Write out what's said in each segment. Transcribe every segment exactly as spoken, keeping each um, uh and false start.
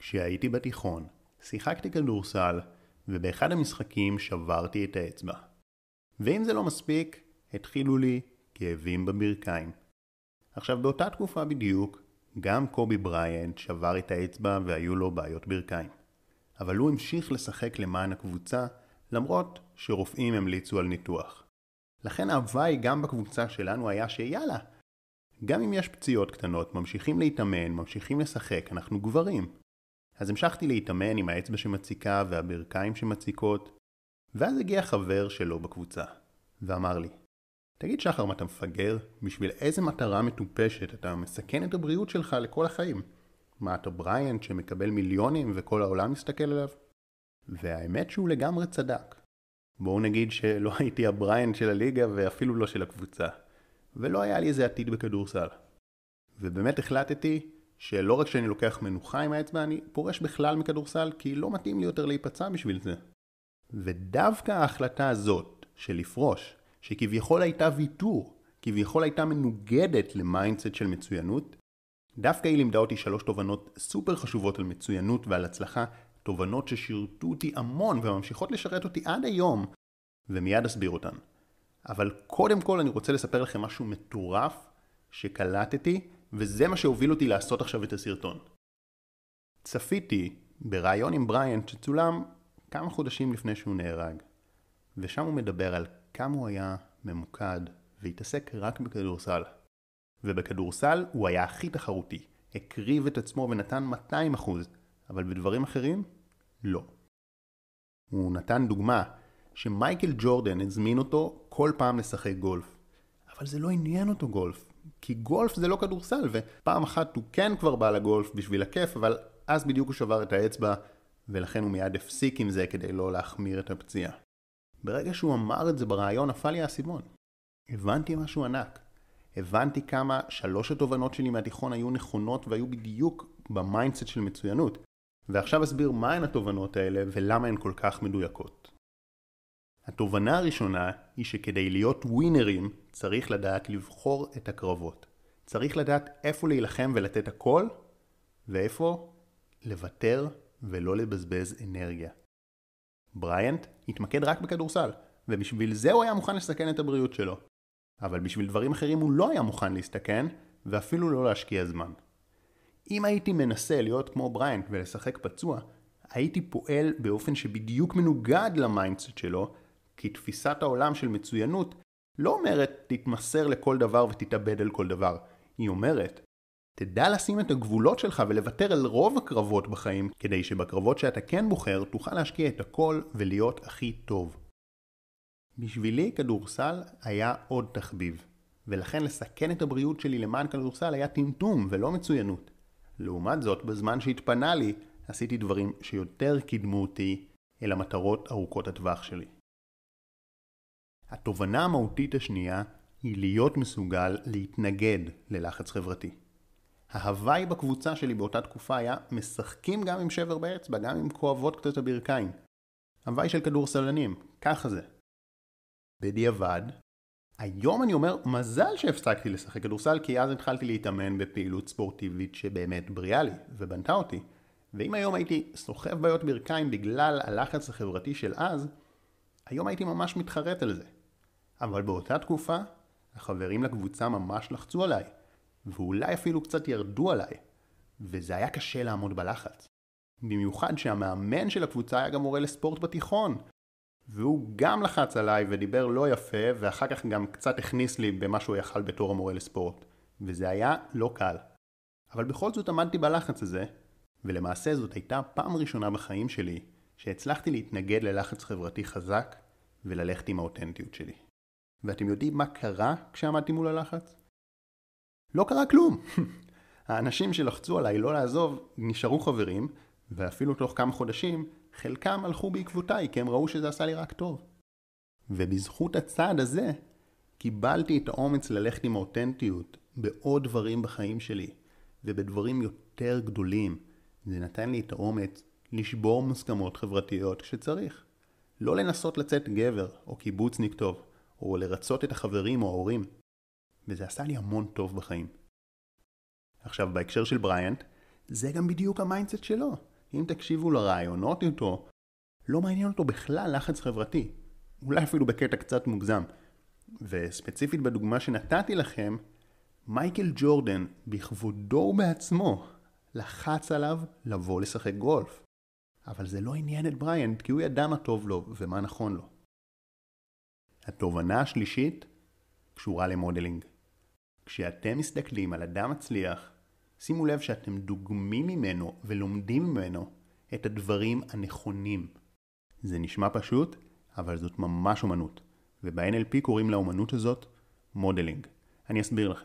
כשהייתי בתיכון, שיחקתי כדורסל, ובאחד המשחקים שברתי את האצבע. ואם זה לא מספיק, התחילו לי כאבים בברכיים. עכשיו, באותה תקופה בדיוק, גם קובי בריינט שבר את האצבע והיו לו בעיות ברכיים. אבל הוא המשיך לשחק למען הקבוצה, למרות שרופאים המליצו על ניתוח. לכן ההוואי גם בקבוצה שלנו היה שיאללה, גם אם יש פציעות קטנות, ממשיכים להתאמן, ממשיכים לשחק, אנחנו גברים. אז המשכתי להתאמן עם האצבע שמציקה והברכיים שמציקות, ואז הגיע חבר שלו בקבוצה, ואמר לי, תגיד שחר, מה אתה מפגר? בשביל איזה מטרה מטופשת אתה מסכן את הבריאות שלך לכל החיים? מה, אתה בריינט שמקבל מיליונים וכל העולם מסתכל עליו? והאמת שהוא לגמרי צדק. בואו נגיד שלא הייתי הבריינט של הליגה ואפילו לא של הקבוצה, ולא היה לי איזה עתיד בכדורסל. ובאמת החלטתי שלא רק שאני לוקח מנוחה עם האצבע, אני פורש בכלל מכדורסל, כי לא מתאים לי יותר להיפצע בשביל זה. ודווקא ההחלטה הזאת של לפרוש, שכביכול הייתה ויתור, כביכול הייתה מנוגדת למיינדסט של מצוינות, דווקא היא לימדה אותי שלוש תובנות סופר חשובות על מצוינות ועל הצלחה, תובנות ששירתו אותי המון וממשיכות לשרת אותי עד היום, ומיד אסביר אותן. אבל קודם כל אני רוצה לספר לכם משהו מטורף שקלטתי, וזה מה שהוביל אותי לעשות עכשיו את הסרטון. צפיתי ברעיון עם בריינט שצולם כמה חודשים לפני שהוא נהרג, ושם הוא מדבר על כמה הוא היה ממוקד והתעסק רק בכדורסל. ובכדורסל הוא היה הכי תחרותי, הקריב את עצמו ונתן מאתיים אחוז, אבל בדברים אחרים, לא. הוא נתן דוגמה שמייקל ג'ורדן הזמין אותו כל פעם לשחק גולף. אבל זה לא עניין אותו גולף, כי גולף זה לא כדורסל, ופעם אחת הוא כן כבר בא לגולף בשביל הכיף, אבל אז בדיוק הוא שבר את האצבע, ולכן הוא מיד הפסיק עם זה כדי לא להחמיר את הפציעה. ברגע שהוא אמר את זה ברעיון, נפל לי האסימון. הבנתי משהו ענק. הבנתי כמה שלוש התובנות שלי מהתיכון היו נכונות והיו בדיוק במיינדסט של מצוינות. ועכשיו אסביר מהן התובנות האלה ולמה הן כל כך מדויקות. התובנה הראשונה היא שכדי להיות ווינרים צריך לדעת לבחור את הקרבות. צריך לדעת איפה להילחם ולתת הכל, ואיפה לוותר ולא לבזבז אנרגיה. בריינט התמקד רק בכדורסל, ובשביל זה הוא היה מוכן לסכן את הבריאות שלו. אבל בשביל דברים אחרים הוא לא היה מוכן להסתכן, ואפילו לא להשקיע זמן. אם הייתי מנסה להיות כמו בריינט ולשחק פצוע, הייתי פועל באופן שבדיוק מנוגד למיינדסט שלו, כי תפיסת העולם של מצוינות לא אומרת תתמסר לכל דבר ותתאבד על כל דבר. היא אומרת, תדע לשים את הגבולות שלך ולוותר על רוב הקרבות בחיים, כדי שבקרבות שאתה כן בוחר תוכל להשקיע את הכל ולהיות הכי טוב. בשבילי כדורסל היה עוד תחביב, ולכן לסכן את הבריאות שלי למען כדורסל היה טמטום ולא מצוינות. לעומת זאת, בזמן שהתפנה לי, עשיתי דברים שיותר קידמו אותי אל המטרות ארוכות הטווח שלי. התובנה המהותית השנייה היא להיות מסוגל להתנגד ללחץ חברתי. ההוואי בקבוצה שלי באותה תקופה היה משחקים גם עם שבר באצבע, גם עם כואבות קצת הברכיים. הוואי של כדורסלנים, ככה זה. בדיעבד, היום אני אומר, מזל שהפסקתי לשחק כדורסל, כי אז התחלתי להתאמן בפעילות ספורטיבית שבאמת בריאה לי ובנתה אותי. ואם היום הייתי סוחב בעיות ברכיים בגלל הלחץ החברתי של אז, היום הייתי ממש מתחרט על זה. אבל באותה תקופה, החברים לקבוצה ממש לחצו עליי, ואולי אפילו קצת ירדו עליי, וזה היה קשה לעמוד בלחץ. במיוחד שהמאמן של הקבוצה היה גם מורה לספורט בתיכון, והוא גם לחץ עליי ודיבר לא יפה, ואחר כך גם קצת הכניס לי במה שהוא יכל בתור המורה לספורט, וזה היה לא קל. אבל בכל זאת עמדתי בלחץ הזה, ולמעשה זאת הייתה פעם ראשונה בחיים שלי, שהצלחתי להתנגד ללחץ חברתי חזק, וללכת עם האותנטיות שלי. ואתם יודעים מה קרה כשעמדתי מול הלחץ? לא קרה כלום. האנשים שלחצו עליי לא לעזוב נשארו חברים, ואפילו תוך כמה חודשים חלקם הלכו בעקבותיי, כי הם ראו שזה עשה לי רק טוב. ובזכות הצעד הזה, קיבלתי את האומץ ללכת עם האותנטיות בעוד דברים בחיים שלי, ובדברים יותר גדולים. זה נתן לי את האומץ לשבור מוסכמות חברתיות כשצריך. לא לנסות לצאת גבר או קיבוצניק טוב, או לרצות את החברים או ההורים. וזה עשה לי המון טוב בחיים. עכשיו, בהקשר של בריינט, זה גם בדיוק המיינדסט שלו. אם תקשיבו לרעיונות איתו, לא מעניין אותו בכלל לחץ חברתי. אולי אפילו בקטע קצת מוגזם. וספציפית בדוגמה שנתתי לכם, מייקל ג'ורדן בכבודו ובעצמו לחץ עליו לבוא לשחק גולף. אבל זה לא עניין את בריאנט, כי הוא ידע מה טוב לו ומה נכון לו. התובנה השלישית קשורה למודלינג. כשאתם מסתכלים על אדם מצליח, שימו לב שאתם דוגמים ממנו ולומדים ממנו את הדברים הנכונים. זה נשמע פשוט, אבל זאת ממש אומנות. וב-אן אל פי קוראים לאומנות הזאת מודלינג. אני אסביר לכם.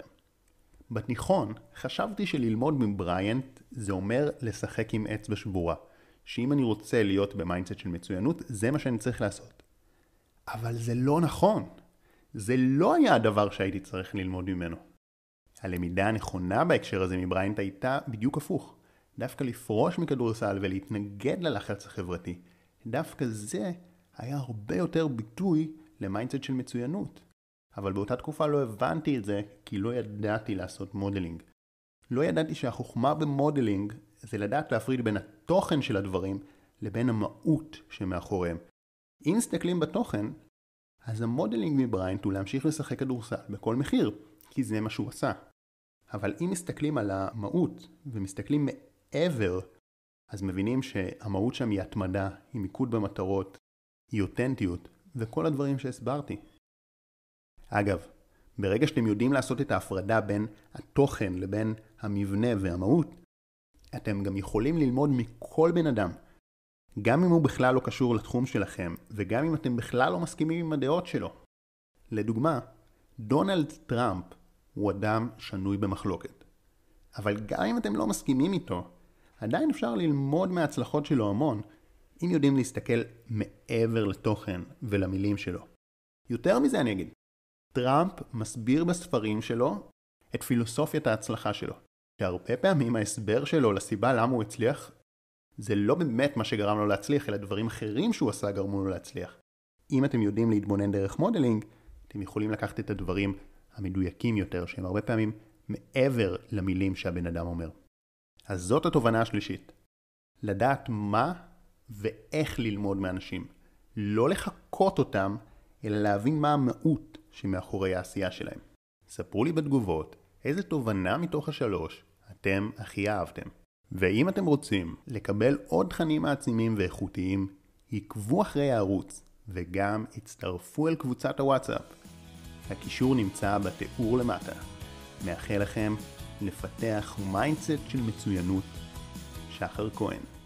בתיכון חשבתי שללמוד מבריאנט זה אומר לשחק עם אצבע שבורה. שאם אני רוצה להיות במיינדסט של מצוינות, זה מה שאני צריך לעשות. אבל זה לא נכון. זה לא היה הדבר שהייתי צריך ללמוד ממנו. הלמידה הנכונה בהקשר הזה מבריאנט הייתה בדיוק הפוך. דווקא לפרוש מכדורסל ולהתנגד ללחץ החברתי. דווקא זה היה הרבה יותר ביטוי למיינדסט של מצוינות. אבל באותה תקופה לא הבנתי את זה כי לא ידעתי לעשות מודלינג. לא ידעתי שהחוכמה במודלינג זה לדעת להפריד בין התוכן של הדברים לבין המהות שמאחוריהם. אם מסתכלים בתוכן, אז המודלינג מבריאנט הוא להמשיך לשחק כדורסל בכל מחיר, כי זה מה שהוא עשה. אבל אם מסתכלים על המהות ומסתכלים מעבר, אז מבינים שהמהות שם היא התמדה, היא מיקוד במטרות, היא אותנטיות וכל הדברים שהסברתי. אגב, ברגע שאתם יודעים לעשות את ההפרדה בין התוכן לבין המבנה והמהות, אתם גם יכולים ללמוד מכל בן אדם. גם אם הוא בכלל לא קשור לתחום שלכם, וגם אם אתם בכלל לא מסכימים עם הדעות שלו. לדוגמה, דונלד טראמפ הוא אדם שנוי במחלוקת. אבל גם אם אתם לא מסכימים איתו, עדיין אפשר ללמוד מההצלחות שלו המון, אם יודעים להסתכל מעבר לתוכן ולמילים שלו. יותר מזה אני אגיד, טראמפ מסביר בספרים שלו את פילוסופיית ההצלחה שלו. שהרבה פעמים ההסבר שלו לסיבה למה הוא הצליח, זה לא באמת מה שגרם לו להצליח, אלא דברים אחרים שהוא עשה גרמו לו להצליח. אם אתם יודעים להתבונן דרך מודלינג, אתם יכולים לקחת את הדברים המדויקים יותר, שהם הרבה פעמים מעבר למילים שהבן אדם אומר. אז זאת התובנה השלישית. לדעת מה ואיך ללמוד מאנשים. לא לחכות אותם, אלא להבין מה המהות שמאחורי העשייה שלהם. ספרו לי בתגובות איזה תובנה מתוך השלוש אתם הכי אהבתם. ואם אתם רוצים לקבל עוד תכנים מעצימים ואיכותיים, עקבו אחרי הערוץ וגם הצטרפו אל קבוצת הוואטסאפ. הקישור נמצא בתיאור למטה. מאחל לכם לפתח מיינדסט של מצוינות. שחר כהן.